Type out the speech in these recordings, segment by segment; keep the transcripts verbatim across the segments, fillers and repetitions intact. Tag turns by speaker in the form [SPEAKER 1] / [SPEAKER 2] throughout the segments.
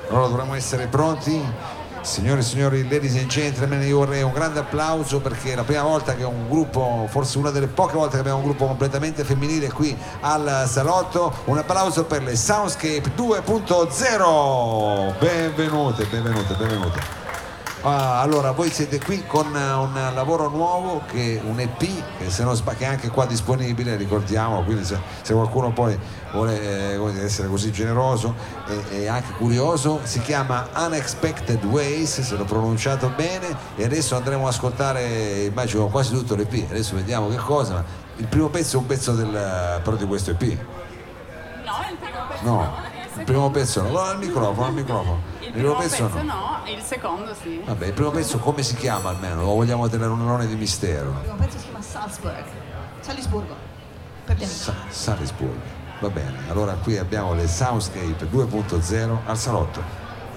[SPEAKER 1] Allora dovremmo essere pronti. Signore e signori, ladies and gentlemen, io vorrei un grande applauso perché è la prima volta che un gruppo, forse una delle poche volte che abbiamo un gruppo completamente femminile qui al salotto. Un applauso per le Soundscape due punto zero. Benvenute, benvenute, benvenute. Ah, allora voi siete qui con un lavoro nuovo, che un E P che se non sbaglio è anche qua disponibile, ricordiamo, quindi se, se qualcuno poi vuole eh, essere così generoso e, e anche curioso, si chiama Unexpected Ways, se l'ho pronunciato bene, e adesso andremo ad ascoltare, immagino, quasi tutto l'E P. Adesso vediamo che cosa, ma il primo pezzo è un pezzo del, però di questo E P.
[SPEAKER 2] No, il primo pezzo
[SPEAKER 1] no,
[SPEAKER 2] no.
[SPEAKER 1] Il primo pezzo no, al microfono, al microfono.
[SPEAKER 2] Il primo pezzo no. no, il secondo sì.
[SPEAKER 1] Vabbè, il primo pezzo come si chiama almeno? Lo vogliamo tenere un alone di mistero?
[SPEAKER 3] Il primo pezzo si chiama Salzburg, Salisburgo, per gli amici.
[SPEAKER 1] Sa- Salisburgo, va bene. Allora qui abbiamo le Soundscape due punto zero al salotto.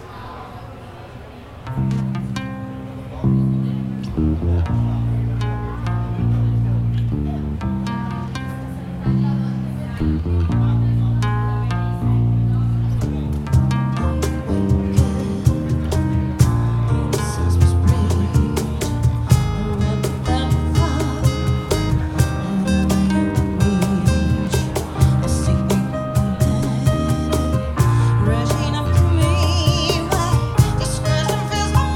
[SPEAKER 3] Rushing up to me, discretion fills my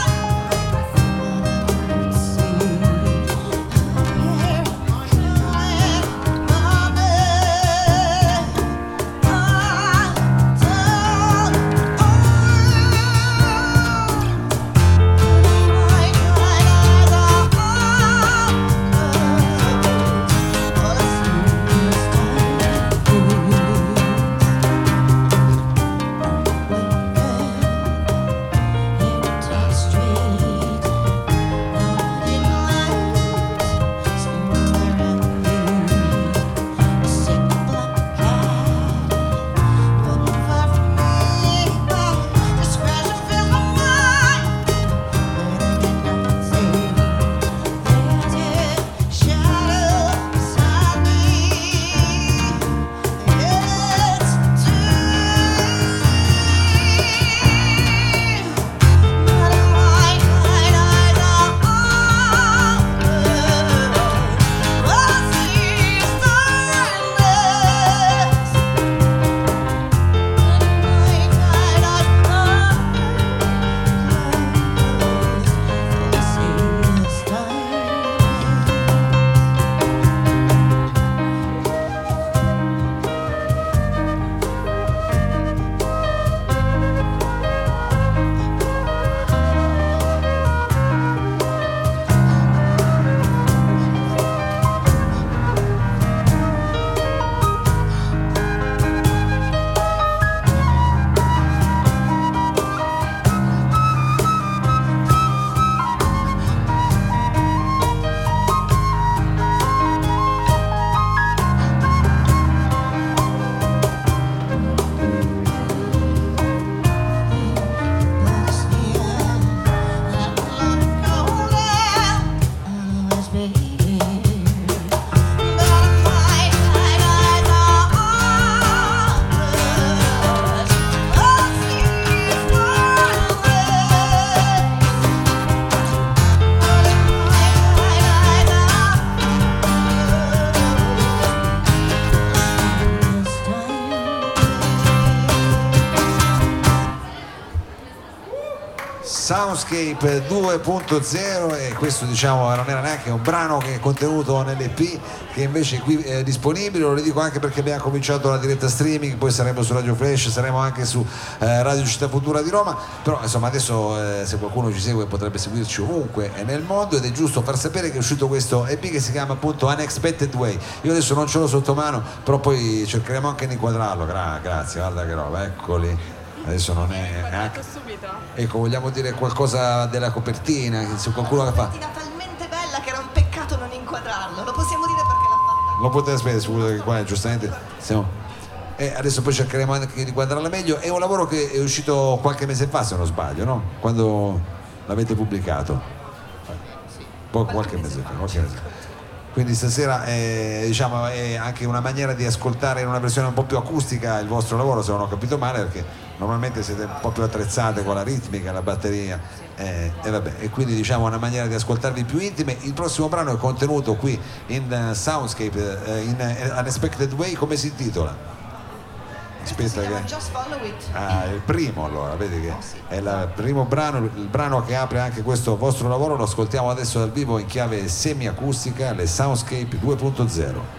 [SPEAKER 1] Soundscape due punto zero, e questo diciamo non era neanche un brano che è contenuto nell'E P, che invece qui è disponibile. Lo dico anche perché abbiamo cominciato la diretta streaming, poi saremo su Radio Flash, saremo anche su eh, Radio Città Futura di Roma, però insomma adesso eh, se qualcuno ci segue potrebbe seguirci ovunque nel mondo, ed è giusto far sapere che è uscito questo E P che si chiama appunto Unexpected Way. Io adesso non ce l'ho sotto mano, però poi cercheremo anche di inquadrarlo. Gra- grazie, guarda che roba, eccoli. Adesso non è, è anche... Ecco, vogliamo dire qualcosa della copertina, se qualcuno la fa.
[SPEAKER 3] Una copertina talmente bella che era un peccato non inquadrarlo, lo possiamo dire perché l'ha fatta.
[SPEAKER 1] Non potete aspettare, scusa che qua giustamente siamo... E adesso poi cercheremo anche di inquadrarla meglio. È un lavoro che è uscito qualche mese fa, se non sbaglio, no? Quando l'avete pubblicato? Poco, qualche mese fa, qualche mese fa. Quindi stasera è, diciamo, è anche una maniera di ascoltare in una versione un po' più acustica il vostro lavoro, se non ho capito male, perché normalmente siete un po' più attrezzate con la ritmica, la batteria, eh, e vabbè, e quindi diciamo una maniera di ascoltarvi più intime. Il prossimo brano è contenuto qui in uh, Soundscape, uh, in uh, Unexpected Way. Come si intitola? Aspetta che...
[SPEAKER 3] Just Follow It.
[SPEAKER 1] Ah, il primo, allora, vedi che
[SPEAKER 3] Oh, sì.
[SPEAKER 1] è il primo brano, il brano che apre anche questo vostro lavoro. Lo ascoltiamo adesso dal vivo in chiave semiacustica, le Soundscape due punto zero.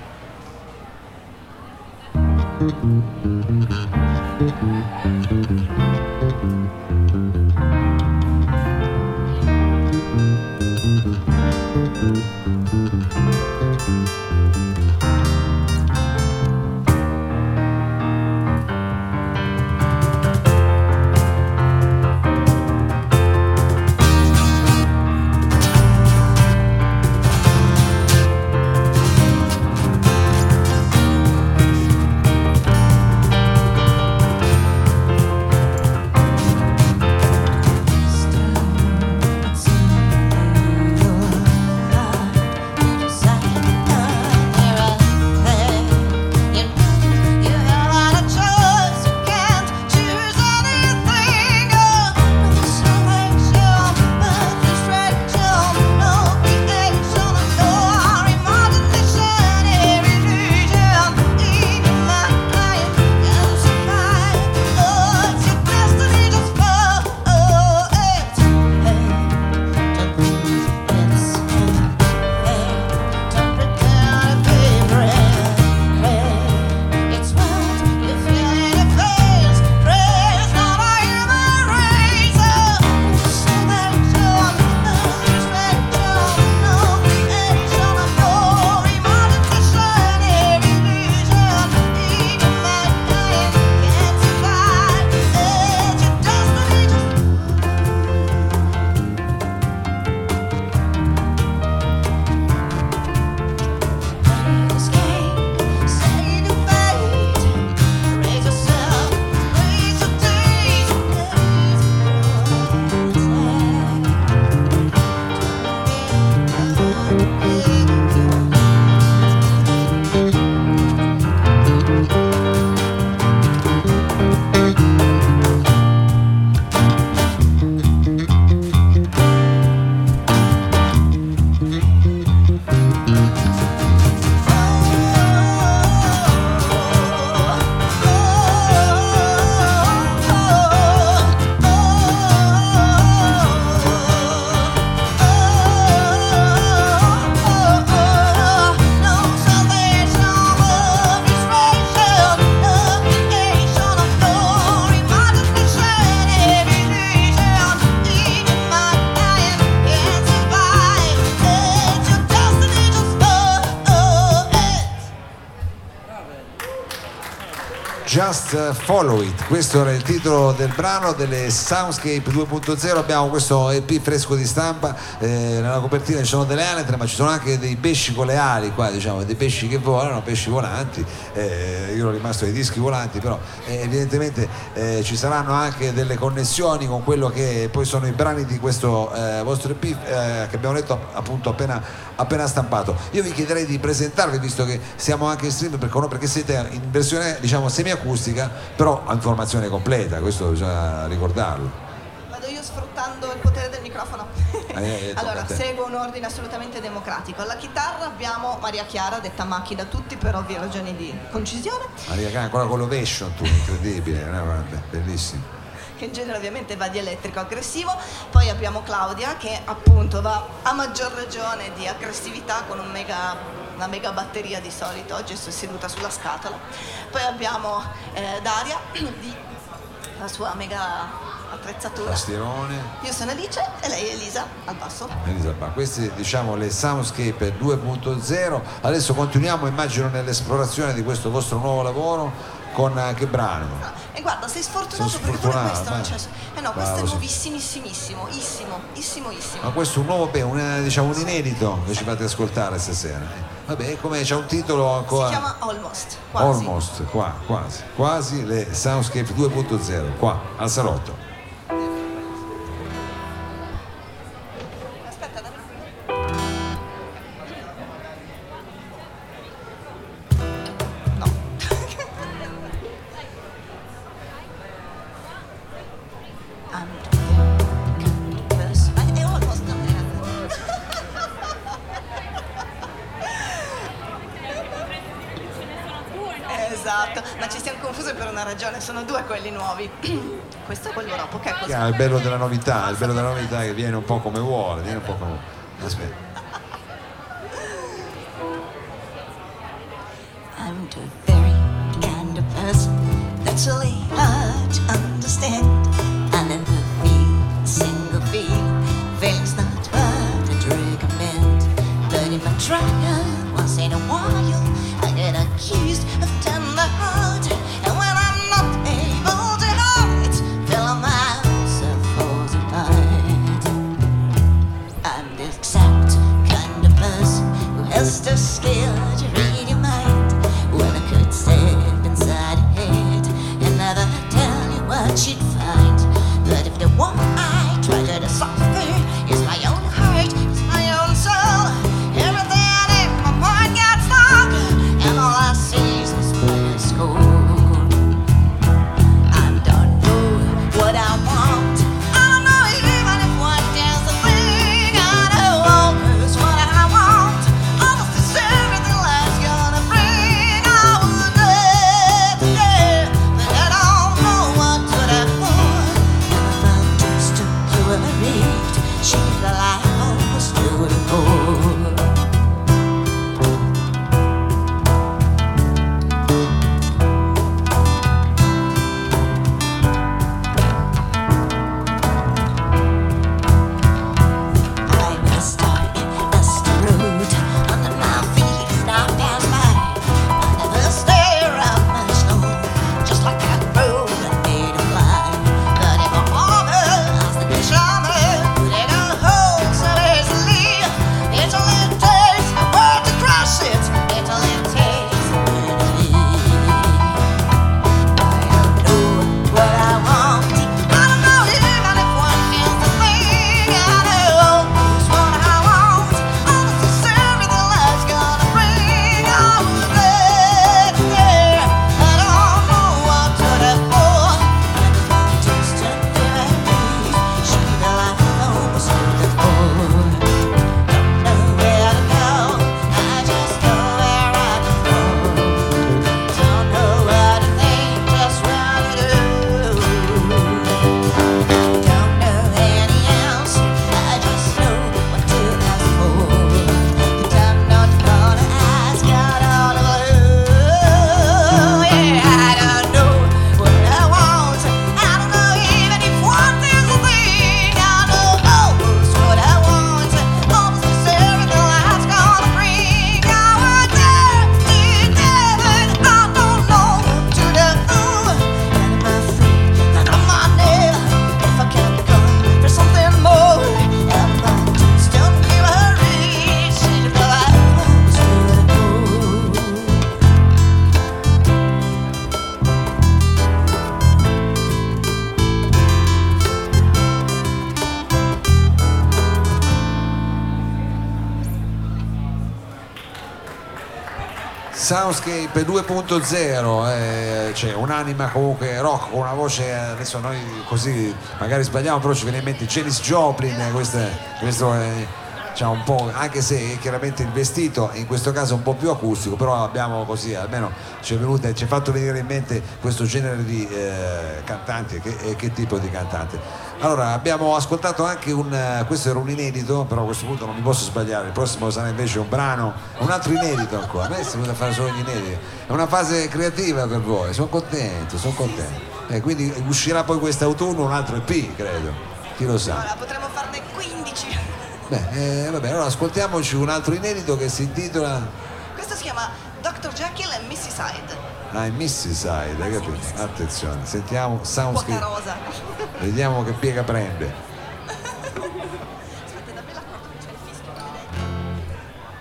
[SPEAKER 1] Just Follow It, questo era il titolo del brano delle Soundscape due punto zero. Abbiamo questo E P fresco di stampa, eh, nella copertina ci sono delle anatre, ma ci sono anche dei pesci con le ali qua, diciamo, dei pesci che volano, pesci volanti. Eh, io ero rimasto ai dischi volanti, però eh, evidentemente eh, ci saranno anche delle connessioni con quello che poi sono i brani di questo eh, vostro E P eh, che abbiamo letto appunto appena, appena stampato. Io vi chiederei di presentarvi, visto che siamo anche in stream, perché, perché siete in versione diciamo semiacustica, però a informazione completa, questo bisogna ricordarlo.
[SPEAKER 3] Vado io sfruttando il potere del microfono.
[SPEAKER 1] Eh,
[SPEAKER 3] allora, seguo un ordine assolutamente democratico. Alla chitarra abbiamo Maria Chiara, detta Macchi da tutti per ovvie ragioni di concisione.
[SPEAKER 1] Maria Chiara, ancora con l'ovation tu, incredibile, no? Guarda, bellissimo.
[SPEAKER 3] Che in genere ovviamente va di elettrico aggressivo. Poi abbiamo Claudia che appunto va a maggior ragione di aggressività con un mega, una mega batteria di solito. Oggi sto seduta sulla scatola. Poi abbiamo eh, Daria di la sua mega attrezzatura.
[SPEAKER 1] Tastierone.
[SPEAKER 3] Io sono Alice e lei è Elisa al basso.
[SPEAKER 1] Elisa, queste diciamo le Soundscape due punto zero. Adesso continuiamo, immagino, nell'esplorazione di questo vostro nuovo lavoro. Con uh, che brano?
[SPEAKER 3] E guarda, sei sfortunato,
[SPEAKER 1] Sono
[SPEAKER 3] perché pure
[SPEAKER 1] sfortunato,
[SPEAKER 3] questo non
[SPEAKER 1] eh.
[SPEAKER 3] c'è. Eh no, questo
[SPEAKER 1] Bravo,
[SPEAKER 3] è
[SPEAKER 1] sì.
[SPEAKER 3] nuovissimissimissimo, issimo, issimo, issimo.
[SPEAKER 1] Ma questo è un nuovo, beh, un, diciamo, un inedito che ci fate ascoltare stasera. Eh. Vabbè, come c'è un titolo ancora.
[SPEAKER 3] Si chiama Almost, quasi.
[SPEAKER 1] Almost, qua, quasi. Quasi le Soundscape due punto zero, qua, al salotto.
[SPEAKER 3] Aspetta, dammi. No. confuse per una ragione, sono due quelli nuovi. Questo è quello dopo, che è così.
[SPEAKER 1] Yeah, il bello della novità, il bello della novità è che viene un po' come vuole, viene un po' come vuole. Aspetta.
[SPEAKER 4] I'm the very kind of person that's really hard to understand. I never feel a single feeling, feeling's not hard to recommend. But if I try once in a while, I get accused of tender heart. And when I'm not able to hold it, feel myself falls apart. I'm the exact kind of person who has the skill to read your mind. When I could step inside your head and never tell you what you'd find. But if the one I try to decipher is my own heart, is my own soul, everything in my mind gets dark, and all I see is this plain school. I don't know what I want. I don't know even if one is a thing. I know almost what I want. Almost is everything life's gonna bring. I would let yeah, but I don't know what to do for. And I'm just a curious. She's the life almost to the core. I was starting dusty road under my feet and I pass by. I never stare out my snow, just like that road that made a fly. But if my mama has the fisherman, they don't hold so easily. It only takes a word to crush it. It only takes a word to leave. I don't know what I want. I don't know even if one feels the thing. I know almost what I want. Almost is everything life's gonna bring. I was there, yeah. I don't know what to do for. And if I'm just a theory, she the life almost to the core. Don't know where to go. I just go where I can go. Don't know what to think, just what to do. Don't know any else. I just know what to ask for. But I'm not gonna ask out all of blue. Yeah, I don't know what I want. I don't know even if one is a thing. I know almost what I want. Almost is everything life's gonna bring. I was there, did heaven. I don't know what to do. And I'm afraid that I might never, if I kept going for something more. And I'm just don't give a reach. She's the life almost to the core.
[SPEAKER 1] Soundscape due punto zero, eh, c'è un'anima comunque rock con una voce, adesso noi così magari sbagliamo, però ci viene in mente Janis Joplin, questo, è- questo è, c'ha un po', anche se chiaramente il vestito in questo caso è un po' più acustico, però abbiamo così, almeno ci è venuto, ci è fatto venire in mente questo genere di eh, cantanti, che, e che tipo di cantante. Allora, abbiamo ascoltato anche un, eh, questo era un inedito, però a questo punto non mi posso sbagliare, il prossimo sarà invece un brano, un altro inedito ancora, a me si venuto a fare solo gli inediti, è una fase creativa per voi, sono contento, sono contento. Eh, quindi uscirà poi quest'autunno un altro E P, credo, chi lo sa.
[SPEAKER 3] Allora, potremmo farne quindici.
[SPEAKER 1] Beh, eh, vabbè, allora ascoltiamoci un altro inedito che si intitola
[SPEAKER 3] Questo si chiama doctor Jekyll e missus Hyde.
[SPEAKER 1] Ah, in Mississide, hai capito? Attenzione, sentiamo
[SPEAKER 3] Poca
[SPEAKER 1] Soundscape,
[SPEAKER 3] rosa.
[SPEAKER 1] vediamo che piega prende.
[SPEAKER 3] Aspetta, dammi l'accordo che c'è il fischio, maledetto.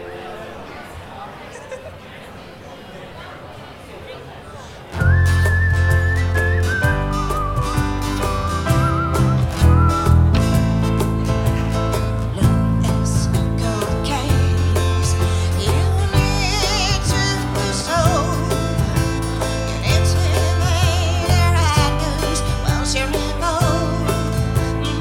[SPEAKER 4] Love is a cold case. You need to solve. You need to make the right moves once you're involved.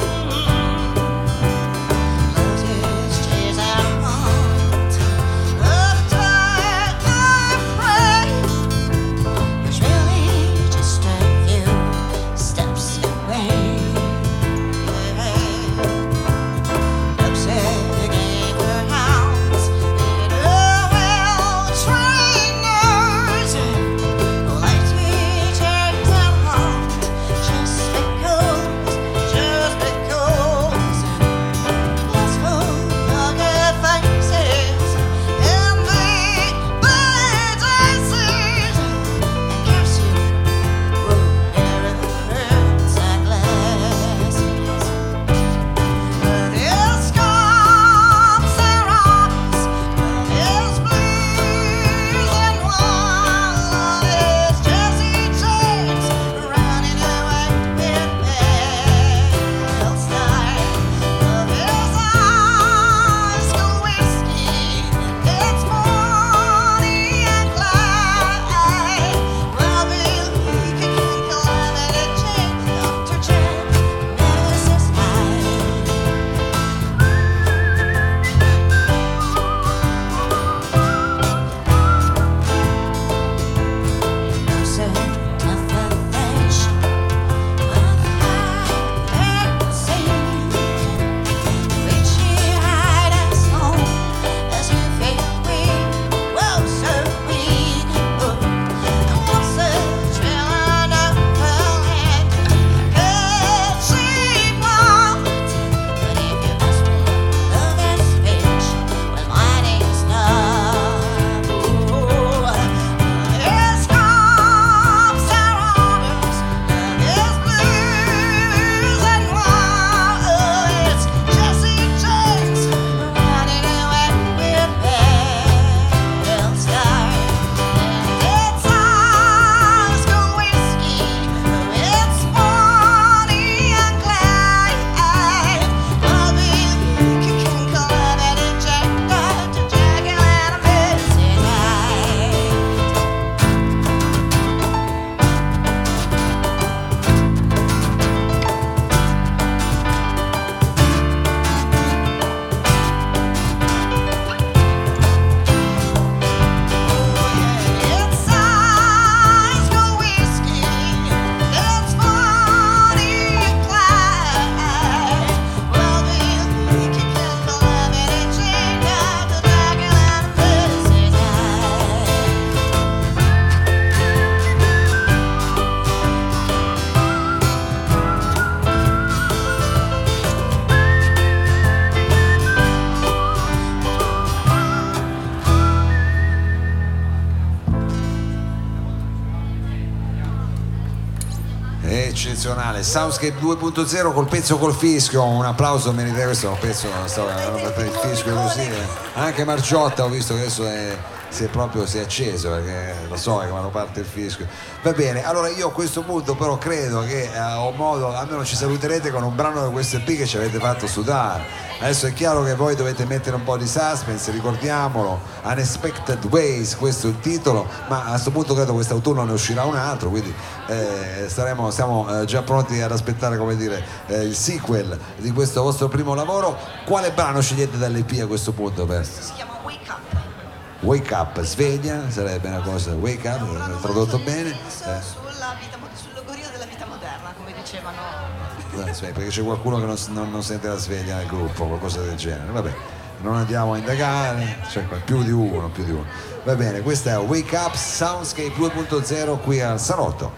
[SPEAKER 1] eccezionale. Soundscape due punto zero col pezzo col fischio, un applauso merita, questo è un pezzo, stavo per il fischio così, eh. Anche Margiotta ho visto che adesso è, si è proprio si è acceso, perché lo so che quando parte il fischio. Va bene, allora io a questo punto però credo che eh, ho modo, almeno ci saluterete con un brano di questo E P che ci avete fatto sudare. Adesso è chiaro che voi dovete mettere un po' di suspense, ricordiamolo, Unexpected Ways, questo è il titolo, ma a questo punto credo quest'autunno ne uscirà un altro, quindi eh, staremo, siamo eh, già pronti ad aspettare, come dire, eh, il sequel di questo vostro primo lavoro. Quale brano scegliete dall'E P a questo punto? Per?
[SPEAKER 3] Si chiama Wake Up.
[SPEAKER 1] Wake Up, sveglia, sarebbe una cosa, Wake Up, tradotto bene. Eh.
[SPEAKER 3] Sulla vita, sul logorio della vita moderna, come dicevano.
[SPEAKER 1] Perché c'è qualcuno che non, non, non sente la sveglia nel gruppo, qualcosa del genere. Vabbè, non andiamo a indagare, c'è più di uno, più di uno. Va bene, questa è Wake Up Soundscape due punto zero qui al Salotto.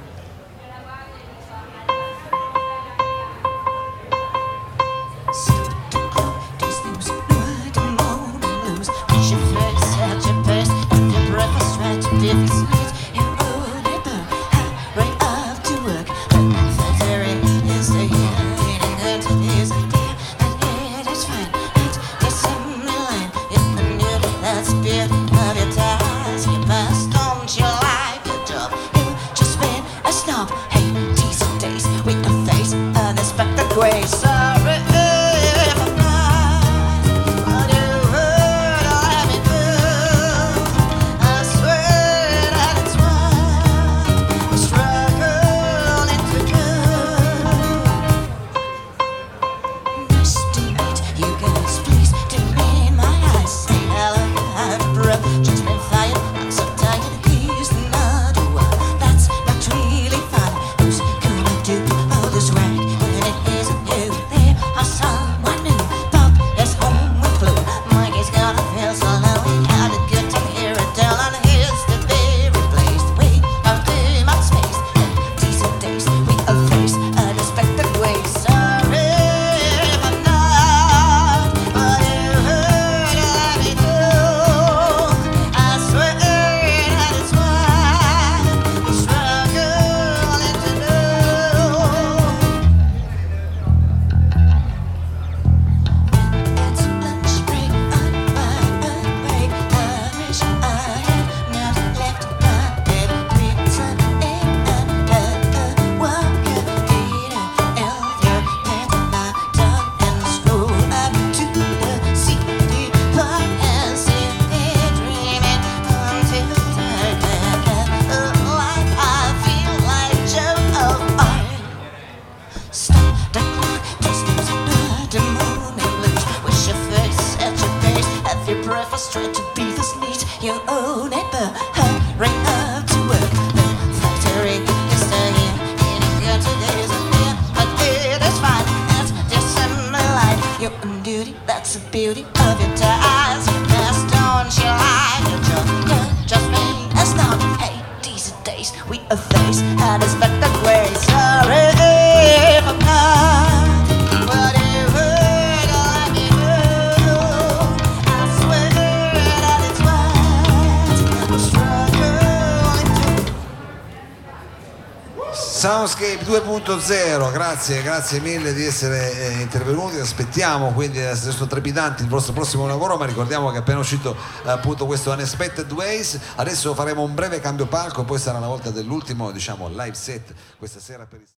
[SPEAKER 1] Soundscape due punto zero, grazie, grazie mille di essere eh, intervenuti. Aspettiamo quindi, sono trepidanti il vostro prossimo lavoro, ma ricordiamo che è appena uscito eh, appunto questo Unexpected Ways. Adesso faremo un breve cambio palco e poi sarà la volta dell'ultimo, diciamo, live set questa sera per il